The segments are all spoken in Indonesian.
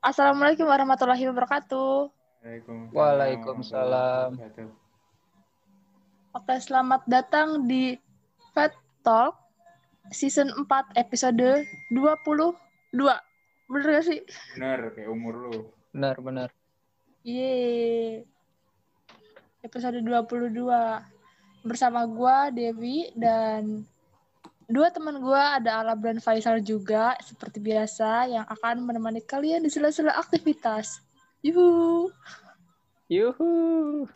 Assalamualaikum warahmatullahi wabarakatuh. Waalaikumsalam warahmatullahi Waalaikumsalam. wabarakatuh. Oke, selamat datang di Fat Talk Season 4 episode 22. Bener gak sih? Bener, kayak umur lu. Benar. Yeay. Episode 22. Bersama gua Dewi dan dua teman gua, ada Alab dan Faisal juga seperti biasa yang akan menemani kalian di sela-sela aktivitas. Yuhu. Yuhu.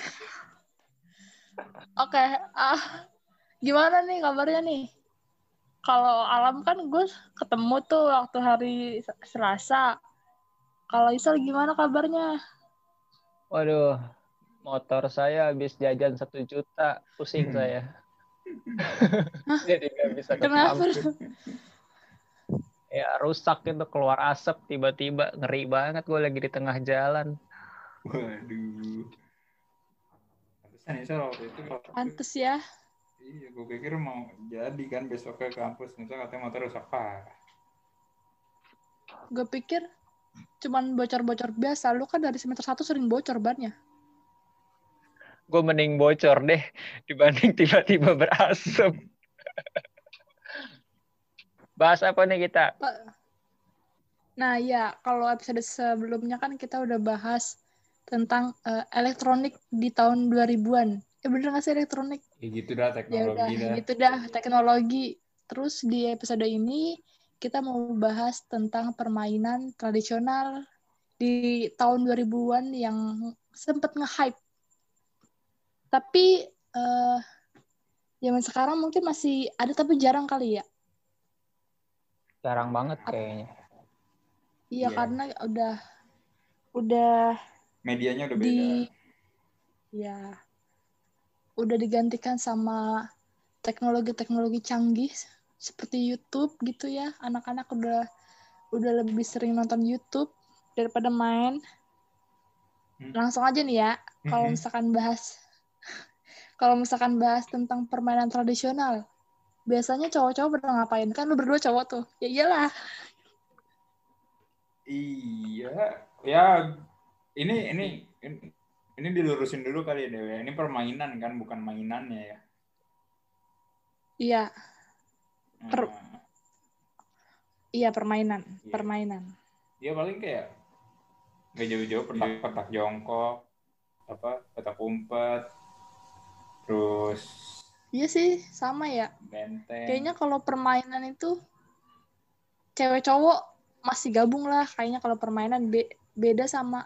Oke, gimana nih kabarnya nih? Kalau Alam kan gue ketemu tuh waktu hari Selasa. Kalau Isal gimana kabarnya? Waduh, motor saya habis jajan 1 juta. Pusing saya. Jadi nggak bisa ke Kenapa? kampus. Ya rusak itu, keluar asap tiba-tiba. Ngeri banget gue lagi di tengah jalan. Waduh. Pantesan ya Sal, waktu itu. Pantes ya. Iya, gue pikir mau jadi kan besok ke kampus. Misalnya katanya motor rusak parah. Gue pikir cuman bocor-bocor biasa. Lu kan dari semester 1 sering bocor bannya. Gue mending bocor deh dibanding tiba-tiba berasap. Bahas apa nih kita? Nah ya, kalau episode sebelumnya kan kita udah bahas tentang elektronik di tahun 2000-an. Bener gak sih elektronik? Ya gitu dah, Ya udah, teknologi dah. gitu dah, teknologi. Terus di episode ini kita mau bahas tentang permainan tradisional di tahun 2000-an yang sempat nge-hype. Tapi zaman sekarang mungkin masih ada tapi jarang kali ya. Jarang banget kayaknya. Iya, karena udah medianya udah beda. Ya, udah digantikan sama teknologi-teknologi canggih seperti YouTube gitu ya. Anak-anak udah lebih sering nonton YouTube daripada main. Langsung aja nih ya, kalau misalkan bahas tentang permainan tradisional, biasanya cowok-cowok pada ngapain? Kan lu berdua cowok tuh. Ya iyalah. Iya, ya ini dilurusin dulu kali ya Dewi. Ini permainan kan, bukan mainannya ya. Iya. Iya, permainan. Iya. Permainan. Dia paling kayak nggak jauh-jauh petak jongkok, petak umpet, terus. Iya sih, sama ya. Benteng. Kayaknya kalau permainan itu cewek cowok masih gabung lah. Kayaknya kalau permainan beda sama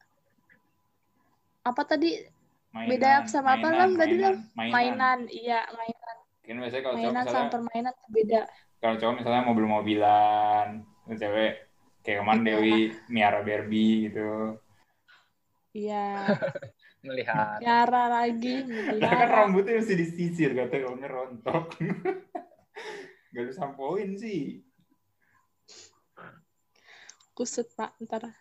apa tadi? Beda sama apa lah tadi lah? Mainan. Iya, mainan. Kan biasanya kalau mainan cowok misalnya, sama permainan beda. Kalau cowok misalnya mobil-mobilan, cewek kayak kemarin Dewi miara Barbie gitu. Iya. Melihat. Miara lagi, Kan rambutnya mesti disisir, katanya kalau rontok. Gak lu sampoin sih. Kusut Pak, ntar.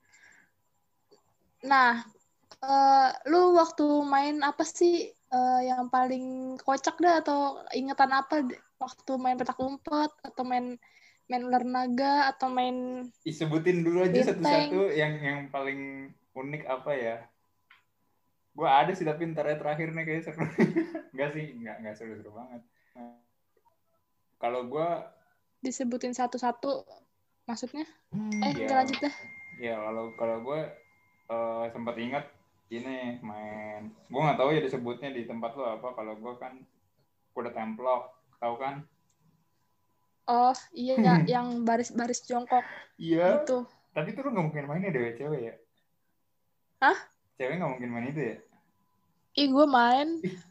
Nah, lu waktu main apa sih yang paling kocak dah, atau ingetan apa waktu main petak umpet atau main ular naga atau main Sebutin dulu aja benteng. Satu-satu yang paling unik apa ya. Gue ada sih tapi ntar terakhir nih kayak seru. Enggak seru-seru banget. Kalau gue disebutin satu-satu maksudnya? Lanjut dah. Ya kalau gue sempat ingat ini main, gue nggak tahu ya disebutnya di tempat lo apa. Kalau gue kan kuda templok, tahu kan? Oh iya, yang baris-baris jongkok. Iya. Gitu. Tapi tuh lo nggak mungkin mainnya dewe cewek ya? Hah? Cewek nggak mungkin main itu ya? Gue main.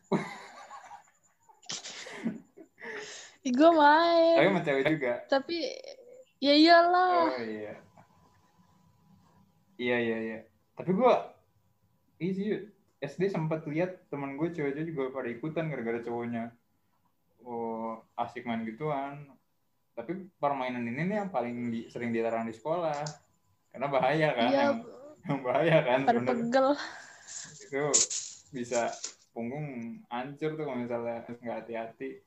Gue main. Tapi sama cewek juga. Tapi ya iyalah. Oh iya. Iya. Tapi gue SD sempat lihat teman gue cewek-cewek juga pada ikutan gara-gara cowoknya asik main gituan. Tapi permainan ini nih yang paling sering dilarang di sekolah karena bahaya kan. Iya. Yang bahaya kan. Pada pegel. Itu bisa punggung hancur tuh kalau misalnya nggak hati-hati,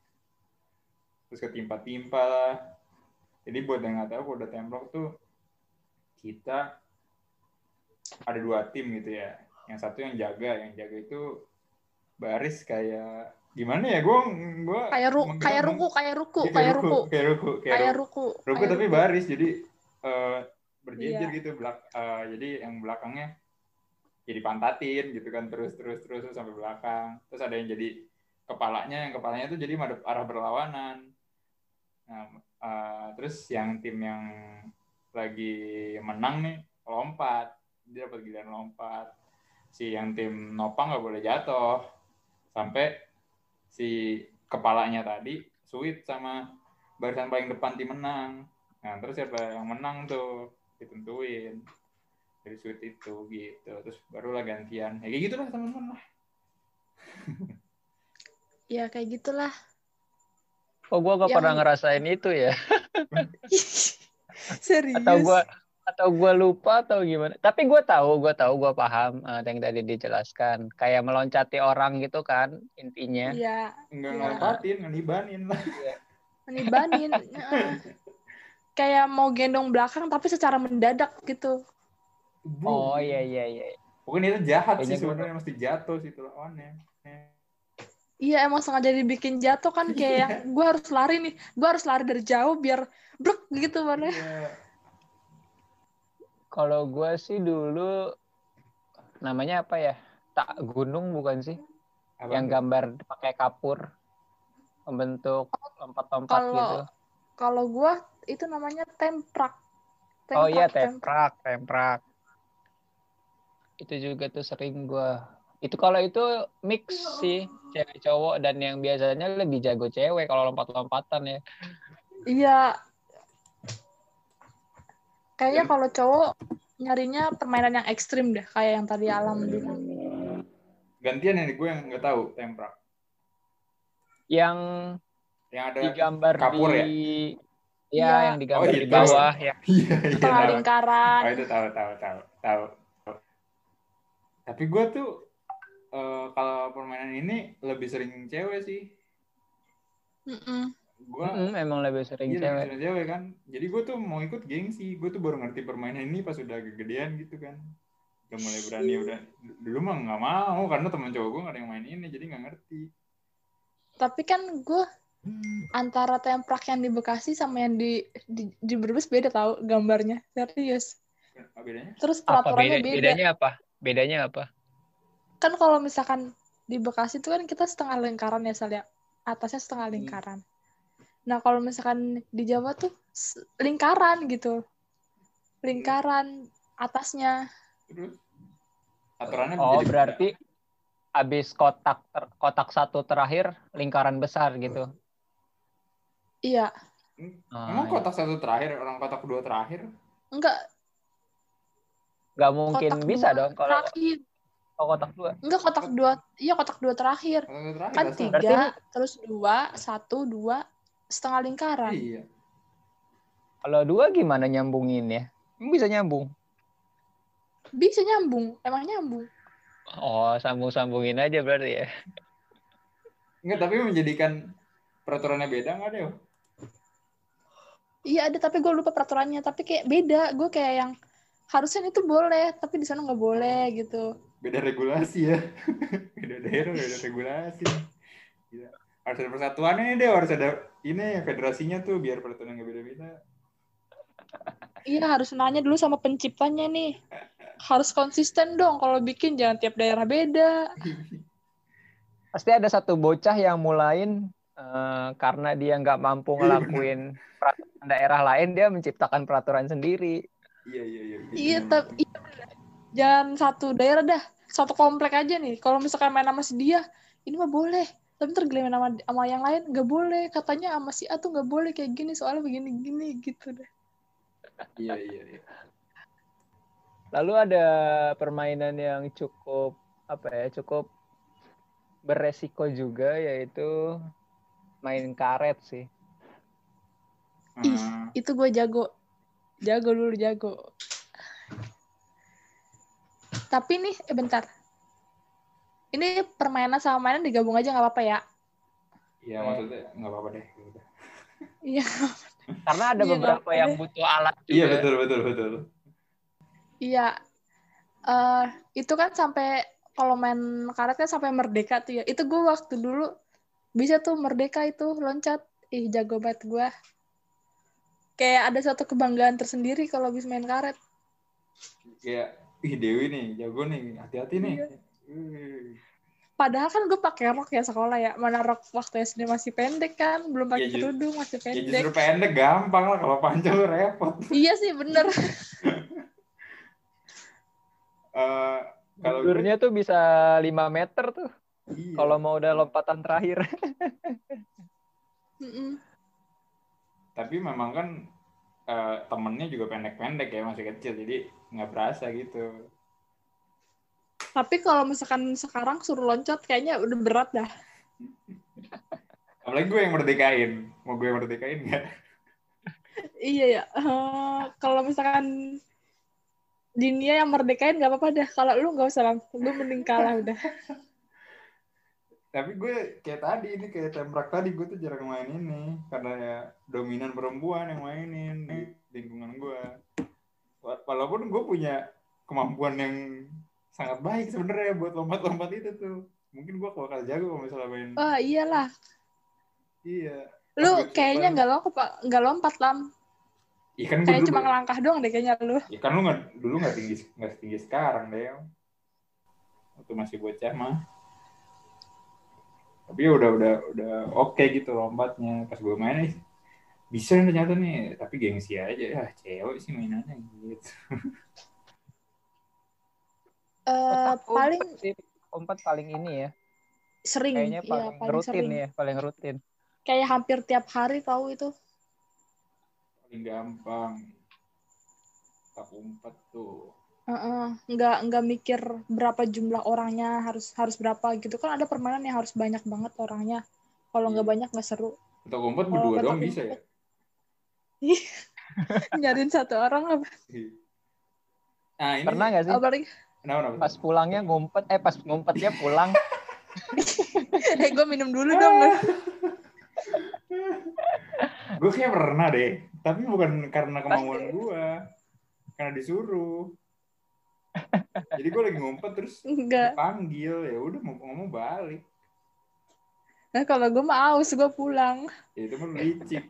terus ketimpa-timpa lah. Jadi buat yang nggak tahu kuda templok tuh kita ada 2 tim gitu ya. Yang satu yang jaga itu baris kayak gimana ya? Gue kayak ruku. Ruku tapi baris, jadi berjejer Iya. gitu. Jadi yang belakangnya jadi pantatin gitu kan, terus sampai belakang. Terus ada yang jadi kepalanya tuh jadi madep arah berlawanan. Nah, terus yang tim yang lagi menang nih lompat, dia dapat giliran lompat. Si yang tim nopang nggak boleh jatuh sampai si kepalanya tadi sweet sama barisan paling depan tim menang. Nah, terus siapa yang menang tuh ditentuin dari sweet itu gitu. Terus barulah gantian. Ya kayak gitulah teman-teman lah. Ya kayak gitulah. Oh, gue gak pernah ngerasain itu ya. Serius? Atau gue lupa atau gimana. Tapi gue paham yang tadi dijelaskan. Kayak meloncati orang gitu kan intinya. Iya. Enggak ngelompatin, ngenibanin lah. Ngenibanin. Kayak mau gendong belakang tapi secara mendadak gitu. Oh iya. Pokoknya itu jahat sih sebenarnya, mesti jatuh sih itu lawannya. Iya, emang sengaja dibikin jatuh kan, kayak yang gue harus lari dari jauh biar brek gitu mana. Iya. Kalau gue sih dulu namanya apa ya? Tak gunung bukan sih? Apa yang itu? Gambar pakai kapur membentuk lompat-lompat gitu. Kalau gue itu namanya temprak. Oh iya, temprak. Itu juga tuh sering gue. Itu kalau itu mix sih, cewek cowok, dan yang biasanya lebih jago cewek kalau lompat-lompatan ya. Iya. Kayaknya kalau cowok nyarinya permainan yang ekstrim deh, kayak yang tadi Alam bilang. Gantian yang gue yang nggak tahu temprak. Yang ada digambar kapur di... Ya, yang digambar di bawah ya. Setengah lingkaran. Oh, itu tahu. Tapi gue tuh kalau permainan ini lebih sering cewek sih. Gue emang lebih sering cewek. Lebih cewek kan. Jadi gue tuh mau ikut gengsi. Gue tuh baru ngerti permainan ini pas udah kegedean gitu kan. Udah mulai berani dulu mah nggak mau karena teman cowok gue nggak ada yang main ini, jadi nggak ngerti. Tapi kan gue antara temprak yang di Bekasi sama yang di Brebes beda tahu gambarnya, serius. Bedanya? Terus peraturannya beda. Bedanya apa? Kan kalau misalkan di Bekasi itu kan kita setengah lingkaran ya, Sal ya. Atasnya setengah lingkaran. Nah, kalau misalkan di Jawa tuh lingkaran gitu. Lingkaran atasnya. Terus aturannya berarti habis kotak satu terakhir lingkaran besar gitu. Iya. Emang kotak satu terakhir, orang kotak kedua terakhir? Enggak mungkin kotak bisa dong kalau terakhir. Kotak 2. Enggak, kotak 2. Iya, kotak 2 terakhir. Kan 3, berarti... terus 2, 1, 2, setengah lingkaran. Iya. Kalau 2 gimana nyambungin ya? Bisa nyambung? Bisa nyambung, emang nyambung. Oh, sambung-sambungin aja berarti ya. Enggak, tapi menjadikan peraturannya beda nggak deh? Iya ada, tapi gue lupa peraturannya. Tapi kayak beda, gue kayak yang harusnya itu boleh, tapi di sana nggak boleh gitu. Beda regulasi ya. Beda daerah, beda regulasi. Gila. Harus ada persatuannya deh, harus ada ini federasinya tuh biar peraturan nggak beda-beda. Iya, harus nanya dulu sama penciptanya nih. Harus konsisten dong kalau bikin, jangan tiap daerah beda. Pasti ada satu bocah yang mulain karena dia nggak mampu ngelakuin peraturan daerah lain, dia menciptakan peraturan sendiri. Iya. Tapi jangan satu daerah dah, satu komplek aja nih. Kalau misalkan main sama si dia, ini mah boleh. Tapi ntar main sama yang lain nggak boleh. Katanya sama si A tuh nggak boleh kayak gini, soalnya begini-gini gitu deh. Iya. Lalu ada permainan yang cukup beresiko juga, yaitu main karet sih. Ih, itu gue jago dulu. Tapi nih, bentar. Ini permainan sama mainan digabung aja nggak apa-apa ya? Iya, maksudnya nggak apa-apa deh. Iya. Karena ada beberapa yang butuh alat juga. Iya, betul. Iya, itu kan sampai kalau main karet kan sampai merdeka tuh ya. Itu gue waktu dulu bisa tuh merdeka itu loncat. Ih, jago banget gue. Kayak ada satu kebanggaan tersendiri kalau bisa main karet. Kayak, ih Dewi nih, jago nih, hati-hati nih. Iya. Padahal kan gue pakai rok ya sekolah ya. Mana rok waktu SD masih pendek kan, belum pakai kerudung, masih Ya pendek. justru pendek gampang lah, kalau panjang lu repot. Iya sih, bener. Kalau Mundurnya tuh bisa 5 meter tuh. iya. Kalau mau udah lompatan terakhir. Tapi memang kan temennya juga pendek-pendek ya, masih kecil, jadi nggak berasa gitu. Tapi kalau misalkan sekarang suruh loncat kayaknya udah berat dah. Apalagi gue yang merdekain. Mau gue yang merdekain nggak? Iya ya. Kalau misalkan dunia yang merdekain nggak apa-apa dah. Kalau lu nggak usah, lu mending kalah udah. Tapi gue kayak tadi ini, kayak tembak tadi, gue tuh jarang main ini karena ya dominan perempuan yang mainin di lingkungan gue. Walaupun gue punya kemampuan yang sangat baik sebenarnya buat lompat-lompat itu tuh. Mungkin gue bakal jago kalau misalnya main. Oh iyalah. Iya. Lu kayaknya nggak lompat Lam. Iya kan, kayak cuma ngelangkah doang deh kayaknya lu. Iya kan, lu dulu nggak tinggi sekarang deh. Waktu masih bocah mah. Tapi ya udah oke gitu lompatnya. Pas gue main bisa ternyata nih, tapi gengsi aja ya, cewek sih mainannya gitu. Paling Lompat paling ini ya. Sering. Kayaknya paling rutin sering. ya, paling rutin. Kayak hampir tiap hari tahu itu. Paling gampang. Tak umpat tuh. Nggak mikir berapa jumlah orangnya, harus berapa gitu kan. Ada permainan yang harus banyak banget orangnya. Kalau nggak banyak nggak seru. Tak umpat berdua doang bisa ya? Nyariin satu orang apa? Nah, ini pernah nggak sih? Apalagi kenapa? Pas pulangnya ngumpet, pas ngumpetnya pulang. Gue minum dulu dong. Gue kayak pernah deh, tapi bukan karena kemauan gue, karena disuruh. Jadi gue lagi ngumpet terus dipanggil, ya udah mau balik. Nah kalau gue mah aus, gue pulang. Ya itu mah licik.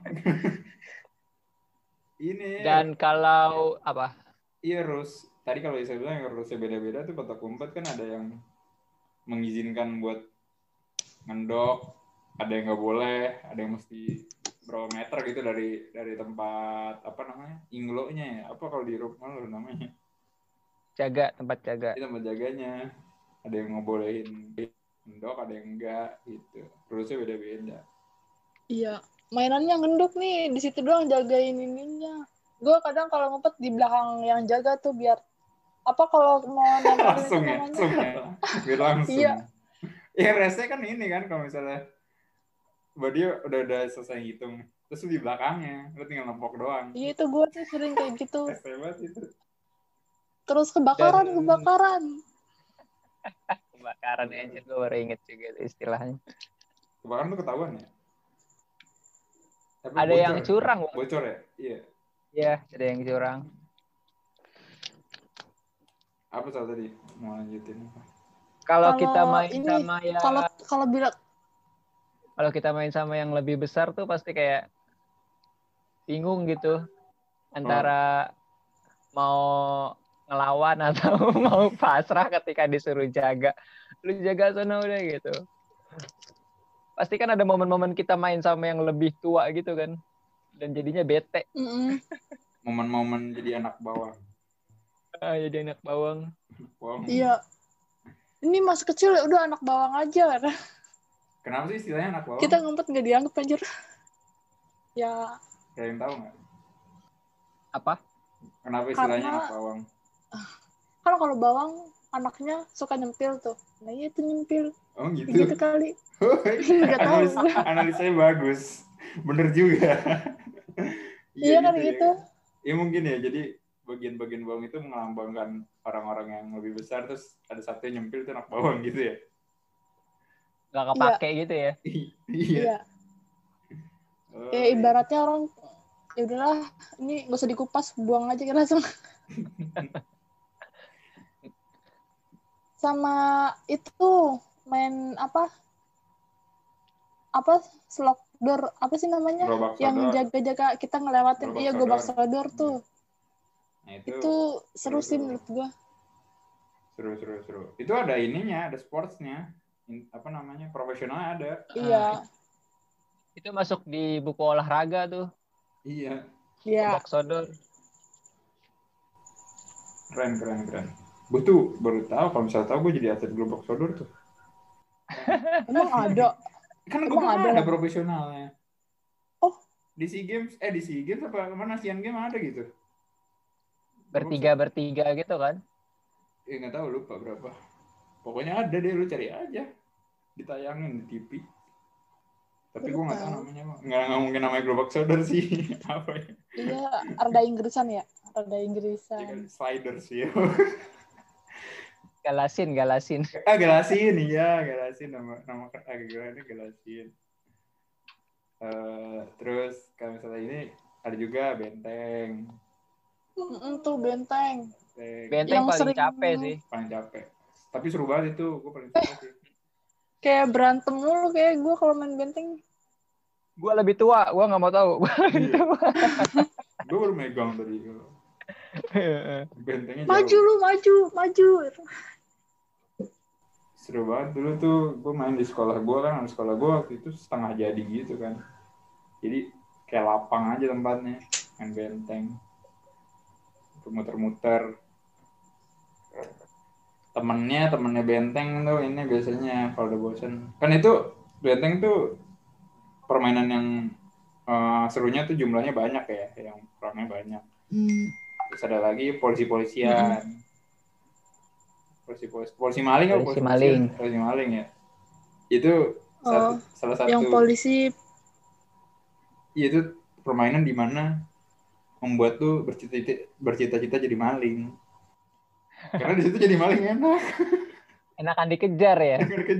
Ini. Dan kalau apa? Iya, rules. Tadi kalau saya bilang yang rulesnya beda-beda tuh, petak umpet kan ada yang mengizinkan buat ngendok, ada yang nggak boleh, ada yang mesti berapa meter gitu dari tempat apa namanya, inglonya ya, apa kalau di rumah lo namanya, tempat jaga. Itu tempat jaganya, ada yang ngebolehin ngendok, ada yang enggak gitu. Rulesnya beda-beda. Iya, mainannya ngendok nih, di situ doang jagain ininya. Gue kadang kalau ngumpet di belakang yang jaga tuh biar apa, kalau mau langsung ya, biar langsung. Iya. Ya resnya kan ini kan, kalau misalnya dia udah selesai hitung, terus di belakangnya lu tinggal nempok doang. Iya, itu gue tuh sering kayak gitu. Hebat itu. Terus kebakaran. Kebakaran aja, gue baru inget juga istilahnya. Kebakaran tuh ketahuan ya? Tapi ada bocor, yang curang. Bocor ya? Iya. Iya, ada yang curang. Apa tadi mau lanjutin? Kalau kita main ini, sama yang kalau kita main sama yang lebih besar tuh pasti kayak bingung gitu antara mau ngelawan atau mau pasrah ketika disuruh jaga. Lu jaga sana udah gitu. Pasti kan ada momen-momen kita main sama yang lebih tua gitu kan, dan jadinya bete. Momen-momen jadi anak bawang. Jadi anak bawang. Iya. Ini masih kecil ya udah anak bawang aja. Kenapa sih istilahnya anak bawang? Kita ngumpet nggak dianggap anjir. Ya. Ada yang tahu nggak? Apa? Kenapa istilahnya anak bawang? Kan kalau bawang anaknya suka nyempil tuh. Nah iya itu nyempil. Oh gitu. Gitu kali. Nggak tahu. Analisanya bagus. Bener juga. Iya kan gitu. Ya mungkin ya, jadi bagian-bagian bawang itu melambangkan orang-orang yang lebih besar, terus ada satu yang nyempil itu anak bawang gitu ya. Gak kepake gitu ya. Iya. Ya ibaratnya orang, ya udahlah ini gak usah dikupas, buang aja langsung. Sama itu main apa slot door apa sih namanya Gerobak yang sodor. jaga-jaga kita ngelewatin Gerobak iya sodor. gobak sodor tuh. Nah, Itu seru sih menurut gua. Seru. Itu ada ininya, ada sportsnya. Apa namanya? Profesionalnya ada. Iya. Itu masuk di buku olahraga tuh. Iya. Iya. Gobak sodor. Keren. Gue tuh baru tahu kalau misalnya tahu gue jadi atlet gerobak sodor tuh. Emang ada. Kan gue Emang ada ada profesionalnya. Oh. Di SEA Games apa kemana Asian Games ada gitu. Bertiga gitu kan. Nggak tahu, lupa berapa. Pokoknya ada deh, lu cari aja. Ditayangin di TV. Tapi gue nggak tahu namanya. Nggak mungkin namanya gerobak sodor sih. Apa ya? Iya, Rada Inggrisan. Ya, sliders ya. Galasin. Galasin nama agak Galasin. Terus kalau misalnya ini ada juga benteng. Tuh benteng Yang paling capek sih. Paling capek. Tapi seru banget itu, gue paling suka sih. Kayak berantem mulu kayak gue kalau main benteng. Gue lebih tua, gue nggak mau tahu. Gue baru megang tadi. Bentengnya maju seru banget dulu tuh. Gue main di sekolah gue kan, sekolah gue waktu itu setengah jadi gitu kan, jadi kayak lapang aja tempatnya, main benteng, muter-muter. Temennya benteng tuh ini biasanya kalau udah bosen kan, itu benteng tuh permainan yang serunya tuh jumlahnya banyak ya, yang orangnya banyak. Terus ada lagi polisi-polisian. Polisi maling apa polisi maling ya. Itu salah satu yang polisi. Iya, itu permainan di mana membuat tuh bercita-cita jadi maling. Karena di situ jadi maling enakan dikejar ya.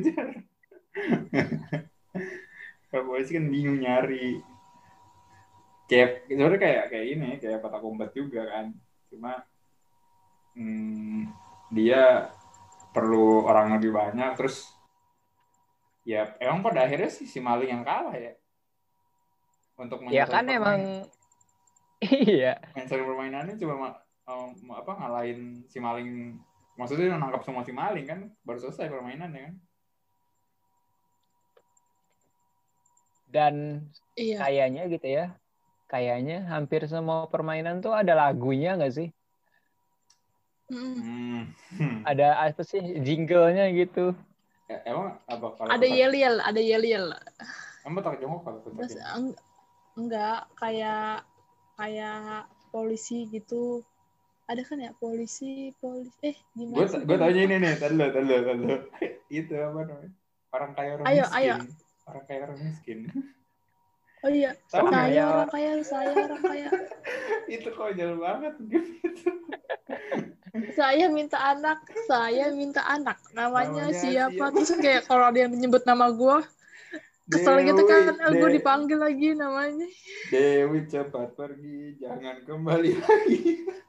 Kalau polisi kan bingung nyari. Sebenarnya kayak ini, kayak Kota Kombat juga kan. Cuma dia perlu orang lebih banyak, terus ya emang pada akhirnya si maling yang kalah ya. Untuk ya kan emang iya. Menyelesaikan permainannya cuma ngalahin si maling. Maksudnya nangkap semua si maling kan, baru selesai permainannya kan. Dan kayaknya gitu ya, kayaknya hampir semua permainan tuh ada lagunya nggak sih? Ada apa sih jinglenya gitu? Emang apa kalau ada yel-yel. Emang tak jongkok kalau terus enggak kayak polisi gitu. Ada kan ya polisi gimana sih? Gue tanya ini nih, tadi itu apa namanya? Orang kaya orang miskin. Orang kaya orang miskin. Oh iya, saya orang kaya. Itu konyol banget gitu. Saya minta anak. Namanya siapa? Terus kayak kalau dia menyebut nama gue, kesel gitu kan. Gue dipanggil lagi namanya. Dewi cepat pergi, jangan kembali lagi.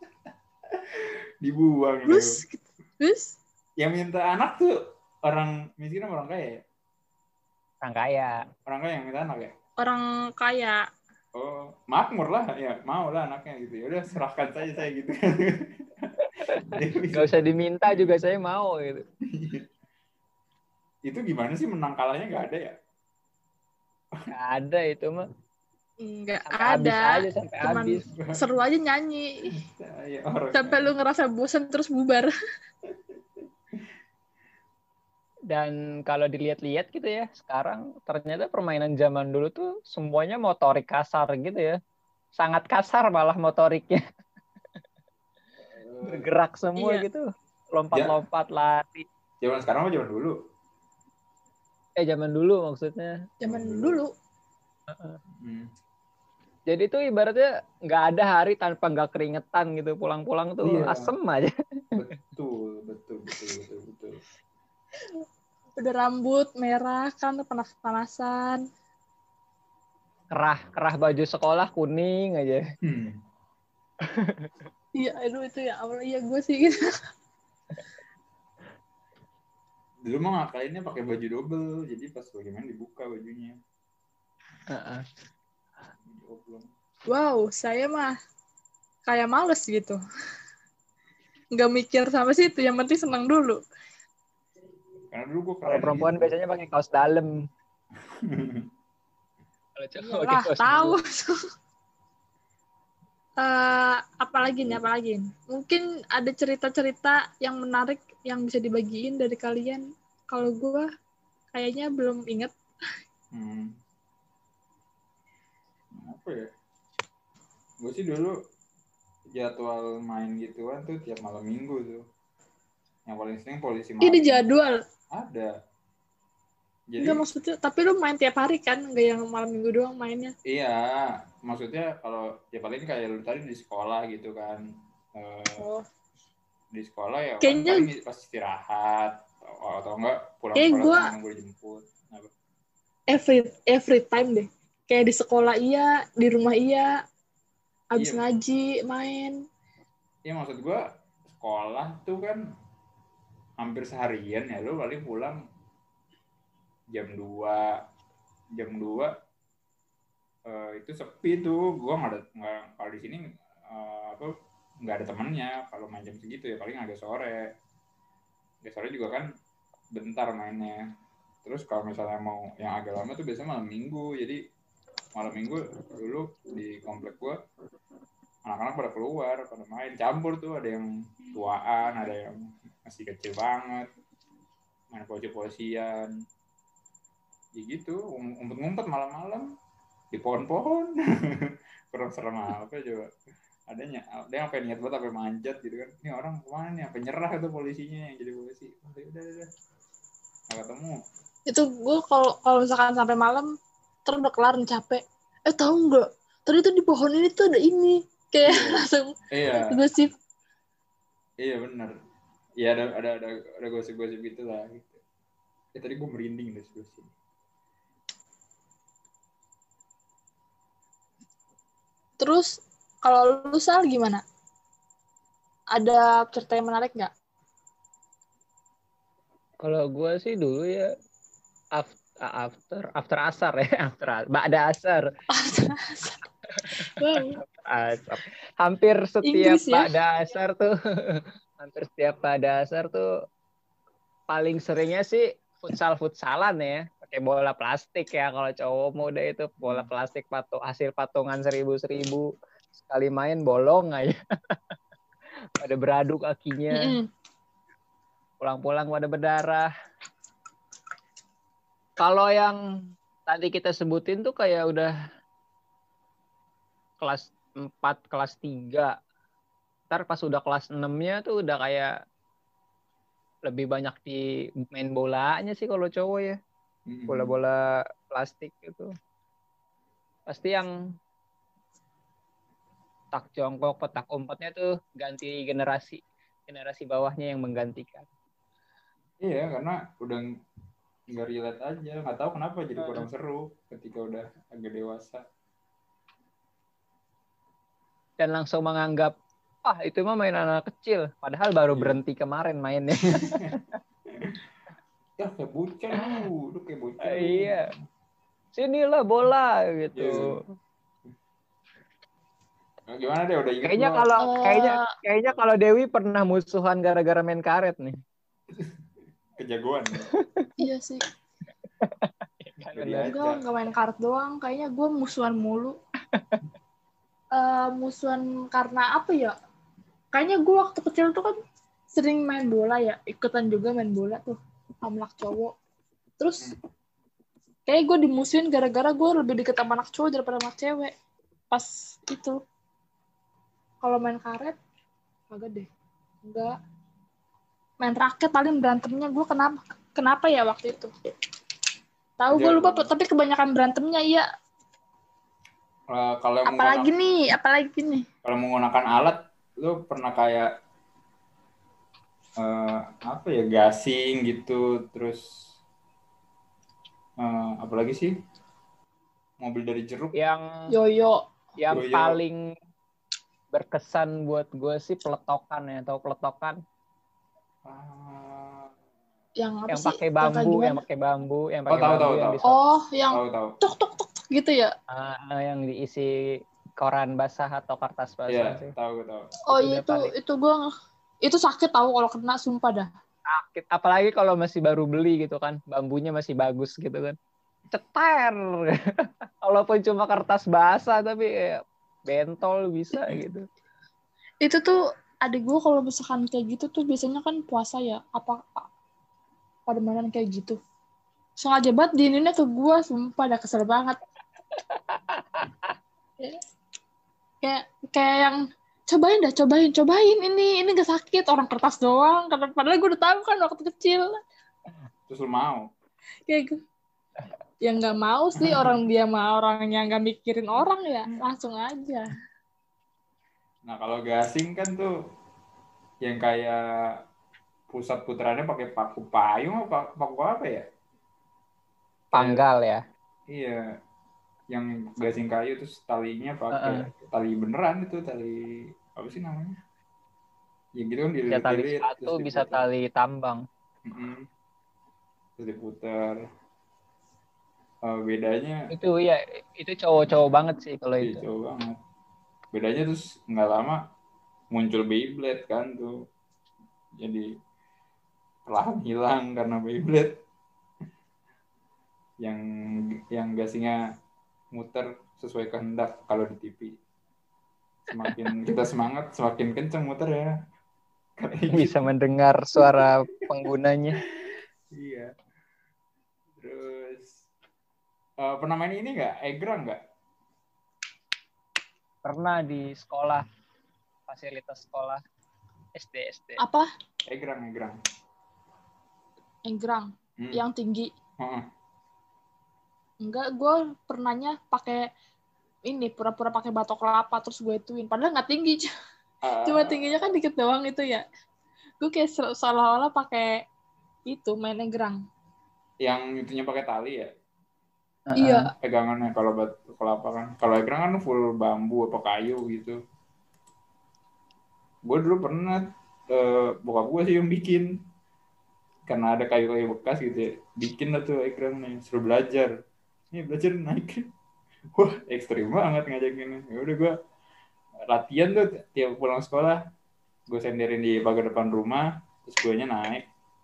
Dibuang. Terus? Yang minta anak tuh orang miskin apa orang kaya ya? Orang kaya. Orang kaya yang minta anak ya? Orang kaya. Oh, makmur lah ya, mau lah anaknya gitu. Ya udah serahkan saja saya gitu. Gak usah diminta juga saya mau gitu. Itu gimana sih menang kalahnya, nggak ada ya? Nggak ada itu mah. Nggak ada. Cuman habis. Seru aja nyanyi. Sampai lu ngerasa bosan terus bubar. Dan kalau dilihat-lihat gitu ya, sekarang ternyata permainan zaman dulu tuh semuanya motorik kasar gitu ya. Sangat kasar malah motoriknya. Bergerak semua gitu. Lompat-lompat, lari. Zaman sekarang apa zaman dulu? Zaman dulu maksudnya. Zaman dulu. Jadi tuh ibaratnya nggak ada hari tanpa nggak keringetan gitu. Pulang-pulang tuh asem aja. Betul. Udah rambut merah kan, panas-panasan. Kerah baju sekolah kuning aja. Iya, aduh itu ya Allah, iya gue sih gitu. Dulu mah ngakalinnya pakai baju double, jadi pas lagi main dibuka bajunya. Wow, saya mah kayak males gitu. Nggak mikir sama situ, yang penting senang dulu. Karena dulu gue Kalau keren perempuan gitu. biasanya pakai kaos dalam. Kalau cowok pakai Iyalah, kaos tahu. dulu. Apalagi nih. Mungkin ada cerita-cerita yang menarik yang bisa dibagiin dari kalian. Kalau gue kayaknya belum inget. Apa ya? Gue sih dulu jadwal main gituan tuh tiap malam minggu tuh. Yang paling sering polisi malam. Ini jadwal. Ada. Jadi, Enggak maksudnya, tapi lu main tiap hari kan? Enggak yang malam minggu doang mainnya. iya, maksudnya kalau ya paling kayak lu tadi di sekolah gitu kan. Di sekolah ya kayaknya, kan paling pas istirahat atau enggak pulang kayak sekolah gue temen gue jemput. every time deh. Kayak di sekolah iya, di rumah iya, abis Iya. ngaji main. Iya maksud gue sekolah tuh kan hampir seharian ya, lu paling pulang jam 2 itu sepi tuh. Gue nggak kalau di sini nggak ada temennya kalau main jam segitu ya, paling agak sore juga kan bentar mainnya. Terus kalau misalnya mau yang agak lama tuh biasanya malam minggu. Jadi malam minggu dulu di komplek gue anak-anak pada keluar, pada main campur tuh, ada yang tuaan, ada yang masih kecil banget, main polisi-polisian ya gitu, ngumpet-ngumpet malam-malam di pohon-pohon. Kurang serem apa coba. Ada yang pengen niat banget sampai manjat gitu kan, ini orang kemana nih, sampai nyerah itu polisinya yang jadi polisi. Udah nggak ketemu. Itu gue kalau misalkan sampai malam terus udah kelar nih, capek, tahu nggak tadi tuh di pohon ini tuh ada ini, kayak langsung gosip. Iya benar ya, ada gosip-gosip gitu lah gitu. Tadi gue merinding deh gosip. Terus kalau lu Sal gimana? Ada cerita yang menarik nggak? Kalau gue sih dulu ya after asar ya, ba'da asar. Wow. Hampir setiap Inggris, ya? ba'da asar tuh hampir setiap ba'da asar tuh paling seringnya sih futsalan ya, pakai bola plastik ya. Kalau cowok muda itu bola plastik hasil patungan 1.000 sekali main bolong aja. Pada beradu kakinya. Pulang-pulang pada berdarah. Kalau yang tadi kita sebutin tuh kayak udah kelas 4, kelas 3. Ntar pas udah kelas 6-nya tuh udah kayak lebih banyak di main bolanya sih kalau cowok ya. Bola-bola plastik itu. Pasti yang petak jongkok, petak umpetnya tuh ganti generasi bawahnya yang menggantikan. Iya, karena udah nggak relate aja, nggak tahu kenapa jadi kurang seru ketika udah agak dewasa. Dan langsung menganggap, itu mah main anak kecil, padahal baru berhenti kemarin mainnya. Ya kayak bocah lu kayak bocah. Iya, sinilah bola gitu. Nah, gimana deh, udah inget kayaknya kalau Dewi pernah musuhan gara-gara main karet nih. Kejagoan. Iya sih. Enggak main karet doang, kayaknya gue musuhan mulu. Musuhan karena apa ya? Kayaknya gue waktu kecil tuh kan sering main bola ya, ikutan juga main bola tuh sama anak cowok. Terus kayak gue dimusuhin gara-gara gue lebih deket sama anak cowok daripada anak cewek. Pas itu kalau main karet agak deh, enggak. Main raket paling berantemnya gue kenapa ya waktu itu? Tahu gue lupa, tapi kebanyakan berantemnya iya. Kalau apalagi nih kalau menggunakan alat, lu pernah kayak gasing gitu, terus apalagi sih, mobil dari jeruk, yang yoyo paling berkesan buat gue sih peletokan ya. Tahu peletokan? Yang apa Yang sih? pakai Yang kayak bambu, gimana? yang pakai bambu, yang Oh, pakai tahu, bambu tahu, yang tahu. disorot. Oh, yang Tahu. tuk tuk tuk tuk gitu ya? Yang diisi koran basah atau kertas basah Iya, sih. tahu, tahu. Oh Itu iya udah paling itu gue itu sakit tahu kalau kena sumpah dah. sakit. Apalagi kalau masih baru beli gitu kan, bambunya masih bagus gitu kan. Ceter. Walaupun cuma kertas basah tapi bentol bisa gitu. Itu tuh adik gue kalau misalkan kayak gitu tuh biasanya kan puasa ya apa pada mana kayak gitu. Sengaja banget diininnya ke gue, sumpah dah kesel banget. Kayak kayak yang cobain ini gak sakit, orang kertas doang. Karena padahal gue udah tahu kan waktu kecil. Terus lu mau? Kayak gue yang nggak mau sih, orang dia mah orang yang nggak mikirin orang ya langsung aja. Nah, kalau gasing kan tuh yang kayak pusat putarannya pakai paku payung apa paku apa ya? Panggal ya. Iya, yang gasing kayu terus talinya pakai Uh-uh. tali beneran itu, tali apa sih namanya? Ya gitu kan, Bisa tali dililit-lilit sepatu, terus bisa diputar. tali tambang. Terus diputar. Bedanya Itu ya, itu cowok-cowok banget sih kalau itu. jauh banget. Bedanya terus nggak lama muncul Beyblade kan tuh. Jadi perlahan hilang karena Beyblade. Yang gasingnya muter sesuai kehendak kalau di TV. Semakin kita semangat, semakin kenceng muter ya. Bisa mendengar suara penggunanya. Iya. Terus pernah main ini nggak? Egrang nggak? Pernah di sekolah, fasilitas sekolah SD. Apa? Egrang. Enggrang yang tinggi. Heeh. Enggak, gue pernahnya pakai ini pura-pura pakai batok kelapa terus gue ituin. Padahal nggak tinggi, cuma tingginya kan dikit doang itu ya. Gue kayak seolah-olah pakai itu main enggrang. Yang itunya pakai tali ya? Iya. Pegangannya kalau batu kelapa kan. Kalau egrang kan full bambu apa kayu gitu. Gue dulu pernah bokap gue sih yang bikin, karena ada kayu-kayu bekas gitu ya, bikin lah tuh egrangnya, suruh belajar. Ini belajar naik. Wah, ekstrim banget ngajakin. Ya udah gue latihan tuh tiap pulang sekolah, gue senderin di pagar depan rumah, terus guenya naik.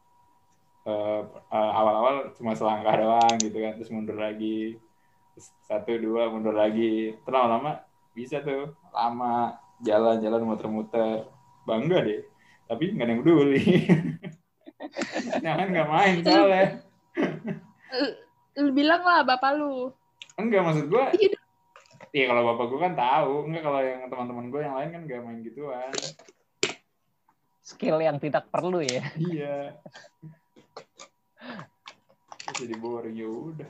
Awal-awal cuma selangkah doang gitu kan, terus mundur lagi, terus 1, 2 mundur lagi, terus lama-lama bisa tuh, lama jalan-jalan muter-muter, bangga deh, tapi nggak ada yang peduli. Jangan nggak main soalnya. Lu bilang lah bapak lu. Enggak, maksud gue, iya kalau bapak gue kan tahu, enggak kalau yang teman-teman gue yang lain kan nggak main gituan. Skill yang tidak perlu ya. Iya. Jadi boring, ya udah.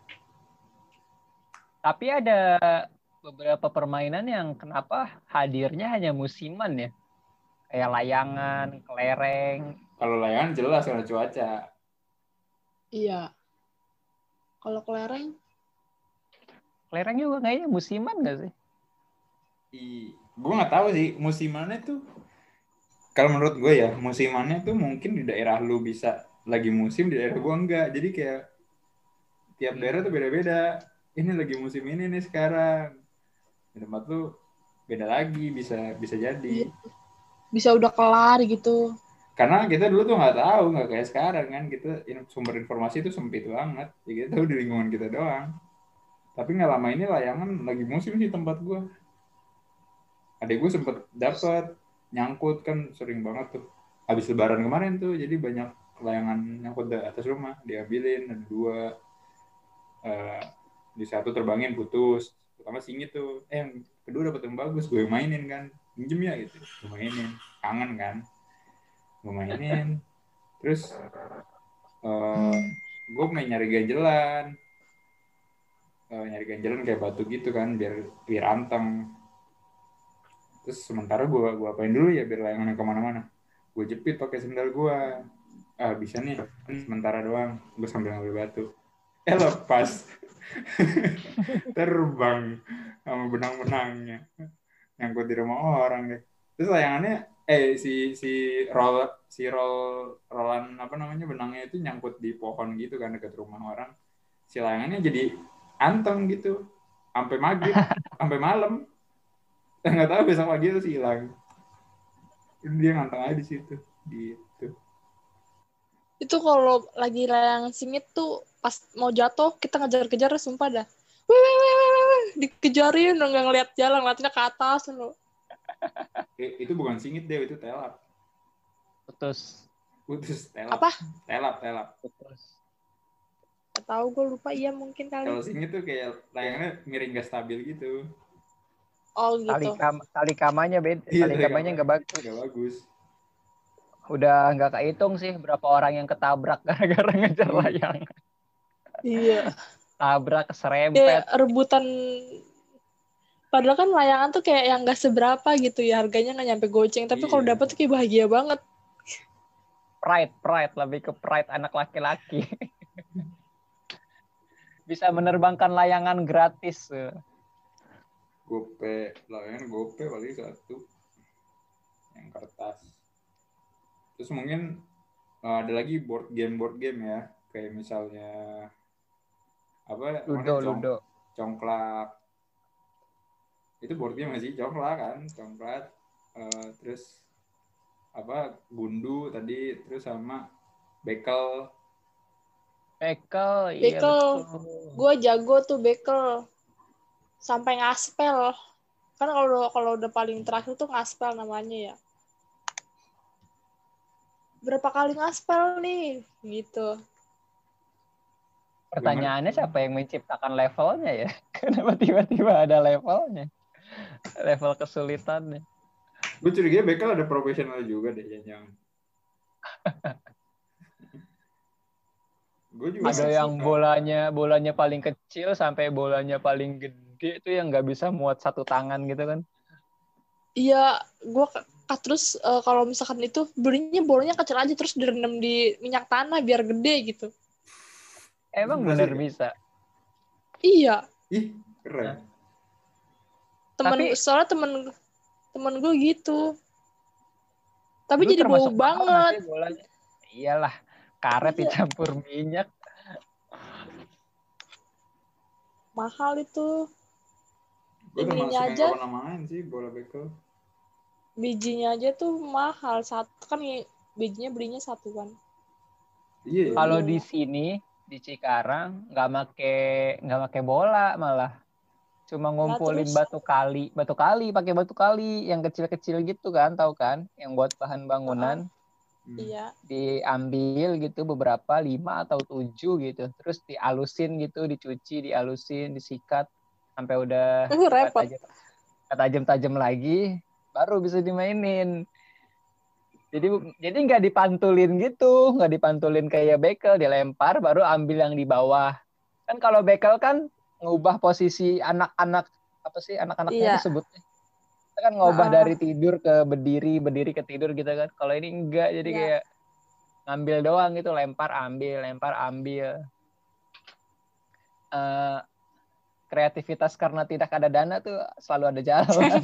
Tapi ada beberapa permainan yang kenapa hadirnya hanya musiman ya. Kayak layangan, kelereng. Kalau layangan jelas karena cuaca. Iya. Kalau kelereng? Kelereng juga kayaknya musiman nggak sih? Gue nggak tahu sih musimannya tuh. Kalau menurut gue ya, musimannya tuh mungkin di daerah lu bisa lagi musim, di daerah gue enggak. Jadi kayak tiap daerah tuh beda-beda. Ini lagi musim ini nih sekarang. Di tempat lu beda lagi, bisa jadi. Bisa udah kelar gitu. Karena kita dulu tuh nggak tahu, nggak kayak sekarang kan, kita sumber informasi itu sempit banget. Ya kita tahu di lingkungan kita doang. Tapi nggak lama ini layangan lagi musim sih tempat gue. Adek gue sempet dapet nyangkut kan, sering banget tuh. Habis lebaran kemarin tuh, jadi banyak layangan nyangkut di atas rumah, diambilin, ada 2. Di satu terbangin putus, pertama singit tuh. Yang kedua dapet yang bagus, gue mainin kan, minjem ya gitu, gue mainin, kangen kan, gue mainin. Terus gue main nyari ganjelan kayak batu gitu kan, biar anteng. Terus sementara gue apain dulu ya biar layangannya kemana-mana, gue jepit pakai sendal gue. Bisa nih, sementara doang, gue sambil ngambil batu, lepas. Terbang sama benang-benangnya, nyangkut di rumah orang deh. Terus layangannya si si rolan apa namanya benangnya itu nyangkut di pohon gitu kan dekat rumah orang. Si layangannya jadi anteng gitu sampai maghrib, sampai malam. Nggak tahu besok pagi itu hilang. Dia nganteng aja di situ. Gitu. Itu kalau lagi layangan singit tuh pas mau jatuh kita ngejar-kejar sumpah dah. Wih, dikejarin nggak ngeliat jalan, ngeliatnya ke atas loh. Itu bukan singit deh, itu telap. Putus. Telap. Apa? Telap. Putus. Gak tahu, gue lupa. Iya mungkin kali. Kalau singit tuh kayak layangannya miring gak stabil gitu. Oh gitu. Tali kamanya beda. Iya, Tali kamanya nggak bagus. Nggak bagus. Udah nggak kehitung sih berapa orang yang ketabrak gara-gara ngejar layangan. Iya. Tabrak, Kayak serempet. rebutan. Padahal kan layangan tuh kayak yang gak seberapa gitu ya. Harganya gak nyampe goceng. Tapi kalau Iya. dapet tuh kayak bahagia banget. Pride. Lebih ke pride anak laki-laki. Bisa menerbangkan layangan gratis. Layangan gope paling satu. Yang kertas. Terus mungkin ada lagi board game ya. Kayak misalnya apa? Ludo. Congklak. Itu board game nggak sih? Congklak kan? Congklak. Terus apa? Gundu tadi. Terus sama bekel. Bekel, iya Bekel. betul. Gue jago tuh bekel. Sampai ngaspel. Kan kalau udah paling terakhir tuh ngaspel namanya ya. Berapa kali ngaspel nih? Gitu. Pertanyaannya siapa yang menciptakan levelnya ya? Kenapa tiba-tiba ada levelnya? Level kesulitannya. Gue curiga bekel ada profesional juga deh yang ada yang bolanya paling kecil sampai bolanya paling gede tuh yang nggak bisa muat satu tangan gitu kan? Iya, gue terus kalau misalkan itu belinya bolanya kecil aja terus direndam di minyak tanah biar gede gitu. Emang bener bisa? Iya. Ih, keren. Soalnya temen gue gitu. Tapi jadi bau banget. Bolanya. Iyalah, karet dicampur minyak. Mahal itu. Gue termasuk yang gak pernah main sih bola bekel. Bijinya aja tuh mahal. Satu kan bijinya belinya satu kan. Iya. Kalau di sini di Cikarang nggak make bola malah. Cuma ngumpulin batu kali pakai batu kali yang kecil-kecil gitu kan, tahu kan? Yang buat bahan bangunan. Iya. Diambil gitu beberapa 5 atau 7 gitu. Terus dialusin gitu, dicuci, dialusin, disikat sampai udah tajam-tajam lagi baru bisa dimainin. Jadi nggak dipantulin gitu, nggak dipantulin kayak bekel, dilempar baru ambil yang di bawah. Kan kalau bekel kan ngubah posisi anak-anak apa sih anak-anaknya itu sebutnya. Kita kan ngubah dari tidur ke berdiri ke tidur gitu kan. Kalau ini enggak, jadi kayak ngambil doang gitu, lempar ambil. Kreativitas karena tidak ada dana tuh selalu ada jalan.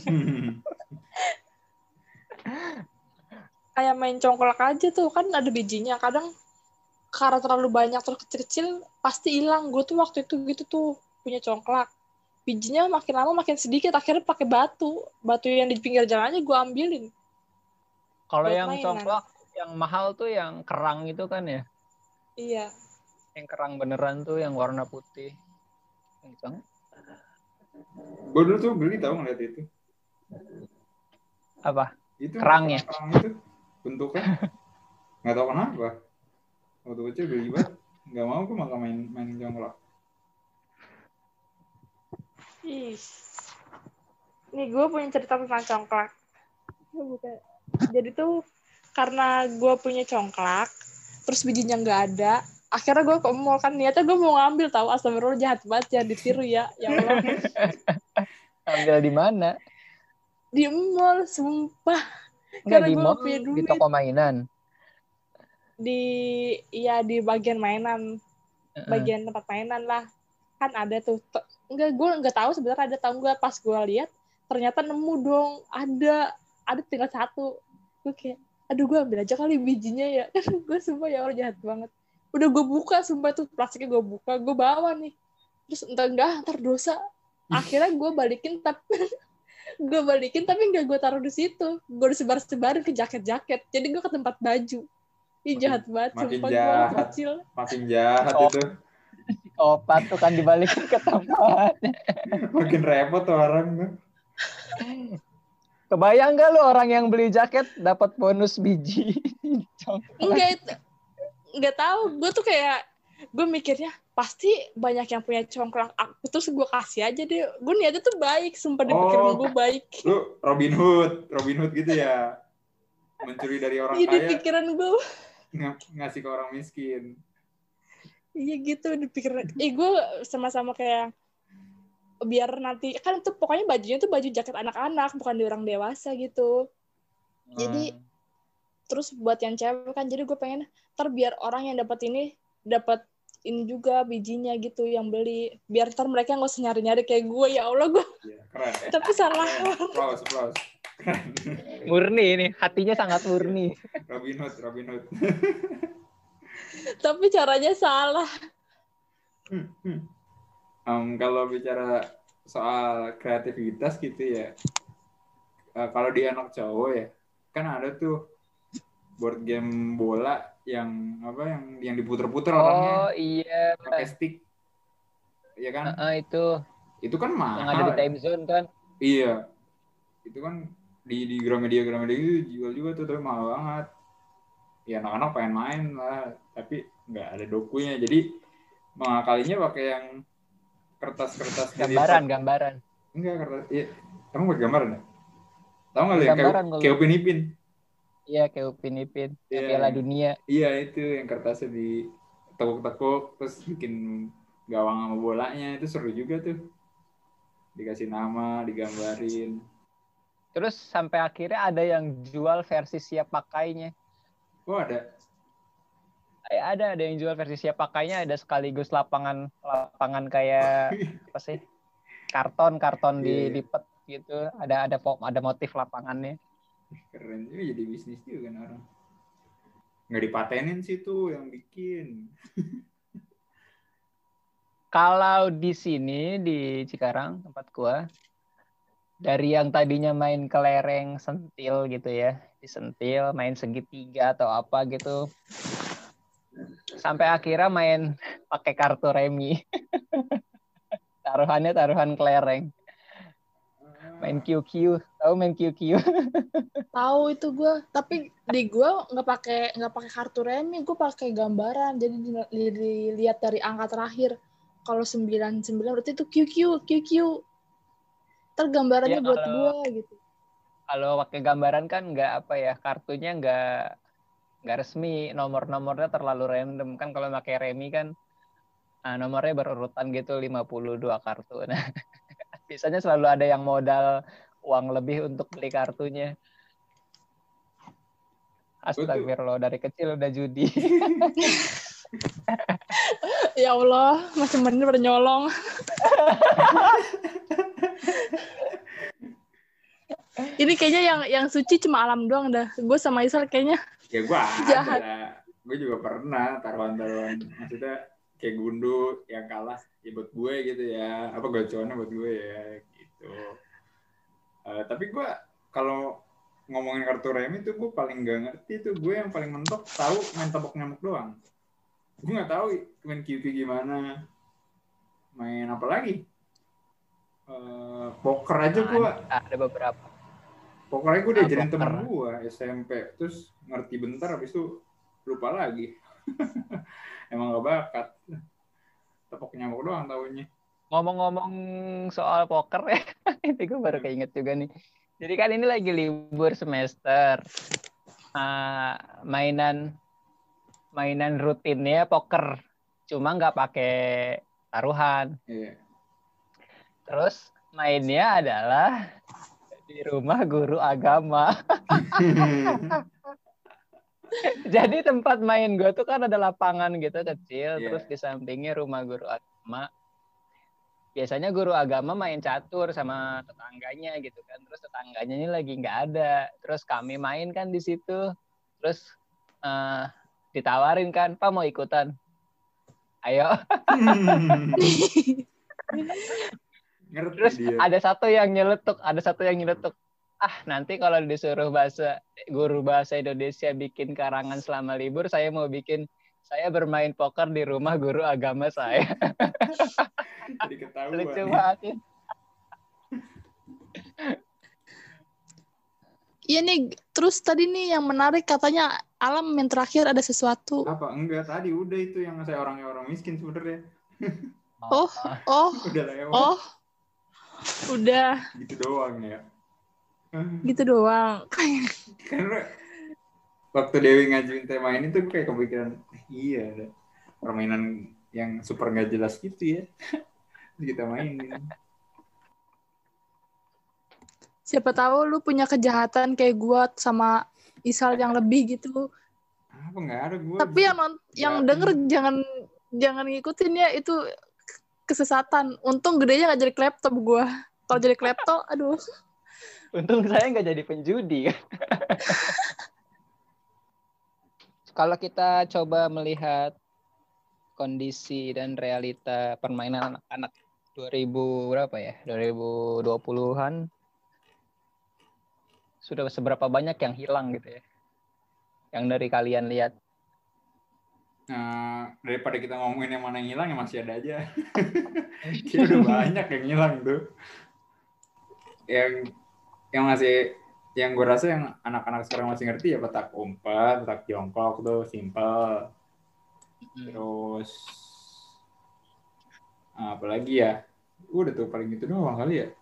Kayak main congklak aja tuh kan ada bijinya. Kadang karena terlalu banyak terus kecil-kecil pasti hilang. Gue tuh waktu itu gitu tuh punya congklak. Bijinya makin lama makin sedikit. Akhirnya pakai batu yang di pinggir jalan aja gue ambilin. Kalau yang congklak yang mahal tuh yang kerang itu kan ya? Iya. Yang kerang beneran tuh yang warna putih. Gue dulu tuh beli tahu ngeliat itu. Apa? Itu kerangnya. Kerang itu bentuknya nggak tahu kenapa. Waktu kecil beli banget. Nggak mau gue malah main congklak. Nih gue punya cerita tentang congklak. Jadi tuh karena gue punya congklak, terus bijinya nggak ada, akhirnya gue ke mall kan, niatnya gue mau ngambil tahu, astagfirullah jahat banget, jangan ditiru ya Allah. Ambil di mana? Di mall, sumpah. Nggak di mall, di toko mainan. Di bagian mainan, bagian tempat mainan lah, kan ada tuh. Gue nggak tahu sebenarnya ada, tahu gue pas gue lihat ternyata nemu dong, ada tinggal satu. Gue kayak aduh gue ambil aja kali bijinya ya. Gue sumpah ya Allah jahat banget. Udah gue buka sumpah tuh plastiknya gue buka, gue bawa nih. Terus ntar dosa. Akhirnya gue balikin tapi nggak gue taruh di situ. Gue sebarin ke jaket-jaket. Jadi gue ke tempat baju. Ih jahat banget sumpah gue kecil. Makin jahat itu. Opat tuh kan dibalikin ke tempat. Makin repot tuh orang tuh. Kebayang gak lu orang yang beli jaket dapat bonus biji? Enggak itu. Enggak tahu. Gue tuh kayak gue mikirnya pasti banyak yang punya congklak aku terus gue kasih aja deh. Gue niatnya tuh baik, sumpah di pikiran gue baik. Lu Robin Hood gitu ya. Mencuri dari orang kaya. Di pikiran gue ngasih ke orang miskin. Iya gitu di pikiran. Gue sama-sama kayak biar nanti kan tuh pokoknya bajunya tuh baju jaket anak-anak bukan di orang dewasa gitu. Jadi terus buat yang cewek kan jadi gue pengen ntar biar orang yang dapat ini juga bijinya gitu yang beli biar ntar mereka nggak usah nyari-nyari kayak gue ya Allah gue. Ya, keren. Tapi salah. Applause. Keren. Murni ini hatinya sangat murni. Robin Hood. Tapi caranya salah. Kalau bicara soal kreativitas gitu ya, kalau di anak cowok ya, kan ada tuh board game bola yang diputer-puter orangnya. Oh iya. Pakai stick, ya kan? Itu kan mahal. Yang ada di time zone kan? Iya, itu kan di Gramedia itu jual juga tuh, tapi mahal banget. Ya anak-anak pengen main lah, tapi nggak ada dokunya, jadi mengakalinya pakai yang kertas gambaran. Enggak kertas. Iya. Kamu pakai gambaran ya? Tahu nggak lu yang kayak Upin Ipin? Iya, kayak Upin Ipin. Yang Piala Dunia. Iya itu yang kertasnya ditekuk-tekuk terus bikin gawang sama bolanya, itu seru juga tuh. Dikasih nama, digambarin. Terus sampai akhirnya ada yang jual versi siap pakainya. Oh ada? Ada yang jual versi siap pakainya, ada sekaligus lapangan kayak apa sih, karton dilipet gitu, ada motif lapangannya. Keren juga, jadi bisnis juga kan orang. Nggak dipatenin sih tuh yang bikin. Kalau di sini di Cikarang tempat gua, dari yang tadinya main kelereng sentil gitu ya, disentil main segitiga atau apa gitu, sampai akhirnya main pakai kartu remi. Taruhannya taruhan kelereng. Main QQ, tahu main QQ? Tahu itu gue, tapi di gue nggak pakai kartu remi, gue pakai gambaran. Jadi dilihat dari angka terakhir. Kalau 99 berarti itu QQ. Ntar gambarannya ya, buat gue gitu. Kalau pakai gambaran kan nggak kartunya nggak resmi, nomornya terlalu random kan. Kalau pakai remi kan nomornya berurutan gitu, 52 kartu. Nah, biasanya selalu ada yang modal uang lebih untuk beli kartunya. Astagfirullah, dari kecil udah judi. Ya Allah, masih bener pada nyolong. Ini kayaknya yang suci cuma Alam doang dah. Gue sama Isal kayaknya. Ya gue ada. Gue juga pernah taruhan. Maksudnya kayak gundu yang kalah ya buat gue gitu ya. Apa gacoannya buat gue ya gitu. Tapi gue kalau ngomongin kartu remi tuh gue paling gak ngerti tuh. Gue yang paling mentok tahu main tebak nyamuk doang. Gue gak tahu main QQ gimana. Main apa lagi? Poker aja gue. Ada beberapa. Poker aja gue diajarin temen gue SMP. Terus ngerti bentar habis itu lupa lagi. Emang gak bakat. Tepok nyamuk doang tahunya. Ngomong-ngomong soal poker ya, itu gue baru keinget juga nih. Jadi kan ini lagi libur semester. Mainan rutinnya poker, cuma nggak pakai taruhan. Yeah. Terus mainnya adalah di rumah guru agama. Jadi tempat main gue tuh kan ada lapangan gitu kecil, terus di sampingnya rumah guru agama. Biasanya guru agama main catur sama tetangganya gitu kan, terus tetangganya ini lagi nggak ada, terus kami main kan di situ. Terus ditawarin kan, Pak mau ikutan? Ayo. Ngerti Terus dia. ada satu yang nyeletuk. Nanti kalau disuruh guru bahasa Indonesia bikin karangan selama libur, saya bermain poker di rumah guru agama saya. Jadi ketahuan. Lucu banget. Iya nih, terus tadi nih yang menarik katanya Alam yang terakhir ada sesuatu. Apa? Enggak, tadi udah itu yang saya orang miskin sebenarnya. Oh, Udah lewat. oh, udah. Gitu doang ya. Gitu doang. Karena waktu Dewi ngajuin tema ini tuh kayak kepikiran, iya ada permainan yang super nggak jelas gitu ya. Kita mainin. Siapa tahu lu punya kejahatan kayak gua sama Isal yang lebih gitu. Apa nggak ada gue? Tapi yang denger jangan ngikutin ya, itu kesesatan. Untung gedenya nggak jadi laptop gua. Kalau jadi laptop, aduh. Untung saya nggak jadi penjudi. Kalau kita coba melihat kondisi dan realita permainan anak-anak 2020-an, sudah seberapa banyak yang hilang gitu ya? Yang dari kalian lihat? Nah, daripada kita ngomongin yang mana yang hilang, ya masih ada aja. Kayak udah banyak yang hilang tuh. Yang gue rasa yang anak-anak sekarang masih ngerti ya petak umpet, petak jongkok tuh simple. Terus apalagi ya? Udah tuh paling gitu doang kali ya.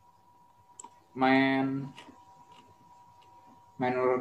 Main ular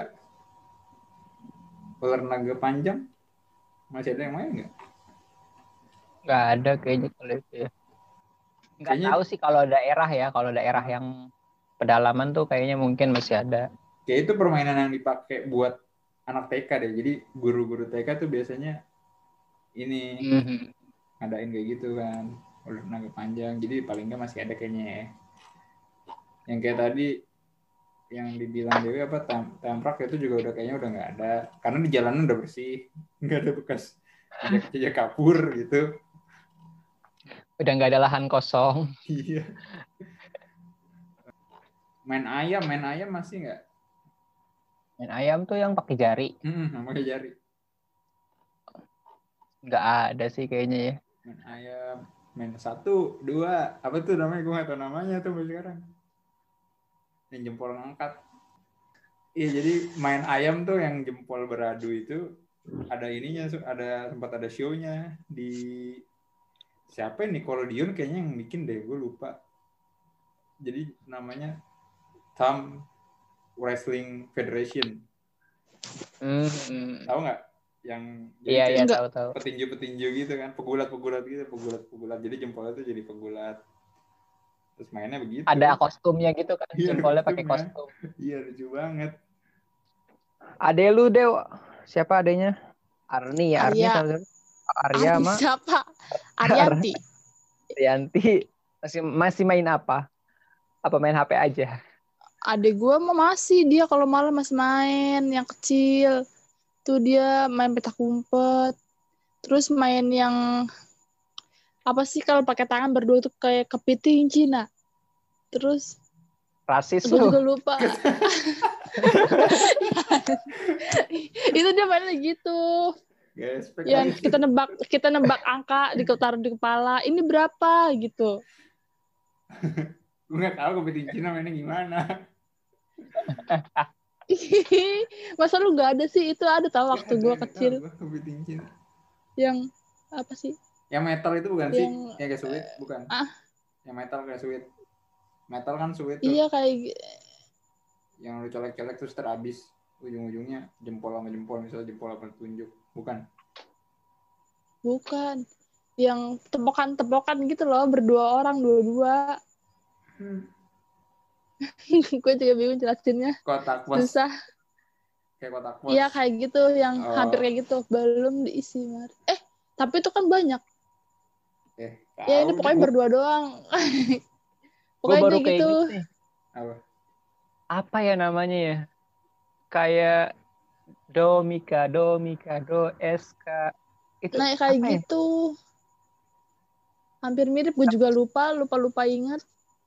naga panjang, masih ada yang main nggak? Nggak ada kayaknya kalau itu ya. Nggak tahu sih kalau daerah yang pedalaman tuh kayaknya mungkin masih ada. Kayak itu permainan yang dipakai buat anak TK deh. Jadi guru-guru TK tuh biasanya ini ngadain kayak gitu kan, ular naga panjang. Jadi paling nggak masih ada kayaknya ya. Yang kayak tadi yang dibilang Dewi apa temprak itu juga udah kayaknya udah nggak ada, karena di jalanan udah bersih, nggak ada bekas jejak kapur gitu. Udah nggak ada lahan kosong. Iya. Main ayam masih nggak? Main ayam tuh yang pakai jari. Pakai jari. Nggak ada sih kayaknya ya. Main ayam, main 1, 2, apa tuh namanya, gue nggak tahu namanya tuh sekarang. Yang jempol ngangkat. Iya, jadi main ayam tuh yang jempol beradu itu ada ininya, sempat ada show-nya di siapa nih, Nickelodeon kayaknya yang bikin deh, gue lupa. Jadi namanya Thumb Wrestling Federation. Tahu nggak? Yang iya tahu. Petinju gitu kan, pegulat gitu. Jadi jempolnya tuh jadi pegulat. Terus mainnya begitu. Ada kostumnya gitu kan, iya, jempolnya pakai kostum. Iya, lucu banget. Ade lu, Dew. Siapa adenya? Arni ya? Arya mah. Siapa? Arianti. Masih main apa? Apa main HP aja? Adek gue mah masih, dia kalau malam masih main yang kecil. Tuh dia main petak umpet. Terus main yang apa sih kalau pakai tangan berdua tuh kayak kepiting Cina. Terus rasis gue lu. juga lupa. Itu dia mainnya gitu. Yang kita nebak angka ditaruh di kepala. Ini berapa gitu. Gue nggak tahu kepiting Cina mainnya gimana. Masa lu nggak ada sih? Itu ada tahu waktu gue kecil. Kepiting Cina. Yang apa sih? Yang metal itu bukan sih? Yang kayak suit bukan? Yang metal kayak suit. Metal kan suit tuh. Iya kayak. Yang lu colek-colek terus terhabis ujung-ujungnya jempol sama jempol, misalnya jempol apa tunjuk. Bukan. Yang tepokan gitu loh, berdua orang, dua-dua. Gue juga bingung jelasinnya. Kotak pos. Susah. Kayak kotak pos. Iya kayak gitu, yang hampir kayak gitu. Belum diisi. Tapi itu kan banyak. Ya ini pokoknya berdua doang. Pokoknya baru kayak gitu. Apa ya namanya ya? Kayak Do Mika Do SK itu Nah, kayak apa ya? gitu. Hampir mirip, gue juga lupa ingat.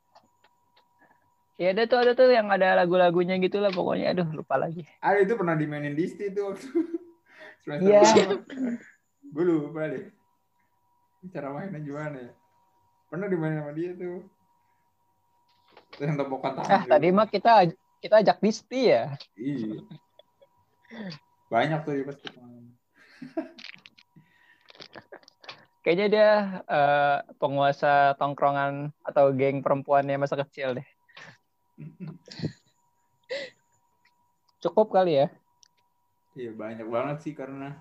Ya ada tuh yang ada lagu-lagunya gitu lah pokoknya. Aduh lupa lagi. Ada itu pernah dimainin Disti tuh waktu semester Iya. berapa? Gue lupa deh. Cara mainnya gimana ya? Pernah dimainin sama dia tuh. Terus yang tepokan tangan. Tadi mah kita ajak Disti ya. Iya. Banyak tuh di pas kita. Kayaknya dia penguasa tongkrongan atau geng perempuannya masa kecil deh. Cukup kali ya? Iya banyak banget sih karena.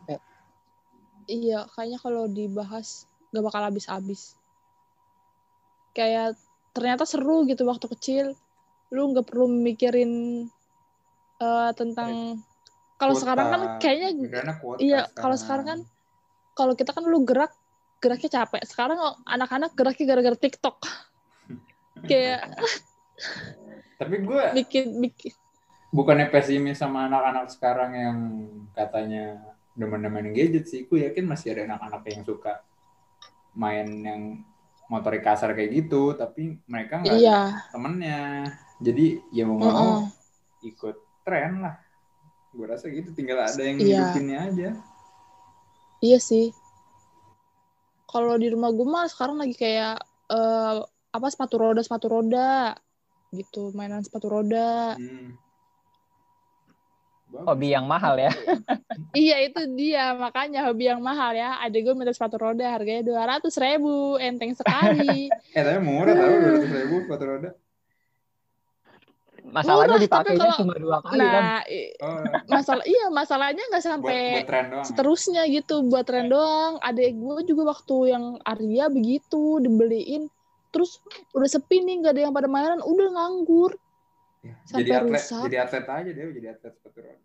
Iya, kayaknya kalau dibahas gak bakal habis-habis. Kayak ternyata seru gitu waktu kecil. Lu gak perlu mikirin tentang... Kalau sekarang kan kayaknya... Iya, kalau sekarang kan... Kalau kita kan lu geraknya capek. Sekarang anak-anak geraknya gara-gara TikTok. Kayak... Tapi gue... Bikin... Bukannya pesimis sama anak-anak sekarang yang katanya demen-demen gadget sih. Gue yakin masih ada anak-anak yang suka main yang motorik kasar kayak gitu. Tapi mereka nggak ada temennya. Jadi ya mau ikut tren lah. Gue rasa gitu. Tinggal ada yang ngidupinnya aja. Iya sih. Kalau di rumah gue mah sekarang lagi kayak sepatu roda gitu, mainan sepatu roda. Hobi yang mahal ya. Iya itu dia, makanya hobi yang mahal ya. Adik gue minta sepatu roda harganya 200.000, enteng sekali. Tapi murah tau 200.000 sepatu roda. Masalahnya dipakainya cuma 2 kali kan. Masalahnya nggak sampai seterusnya gitu, buat tren doang. Adik gue juga waktu yang Arya begitu dibeliin, terus udah sepi nih, nggak ada yang pada mainan, udah nganggur. Sampai rusak. Jadi atlet aja deh, jadi atlet sepatu roda.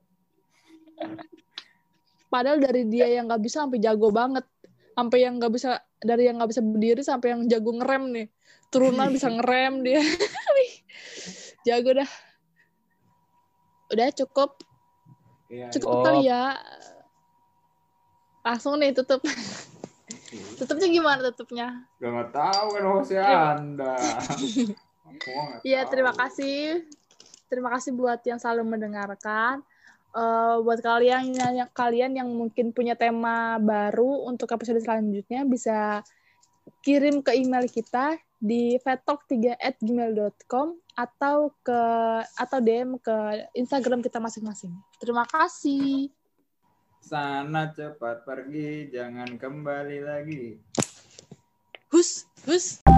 Padahal dari dia yang nggak bisa sampai jago banget, sampai yang nggak bisa, dari yang nggak bisa berdiri sampai yang jago ngerem nih, turunan bisa ngerem dia. Jago dah. Udah cukup. Cukup kali ya. Langsung nih tutup. Tutupnya gimana tutupnya? Udah nggak tahu kan hostnya Anda. Iya, terima kasih. Terima kasih buat yang selalu mendengarkan. Buat kalian yang mungkin punya tema baru untuk episode selanjutnya, bisa kirim ke email kita di vettalk3@gmail.com atau DM ke Instagram kita masing-masing. Terima kasih. Sana cepat pergi, jangan kembali lagi. Hus.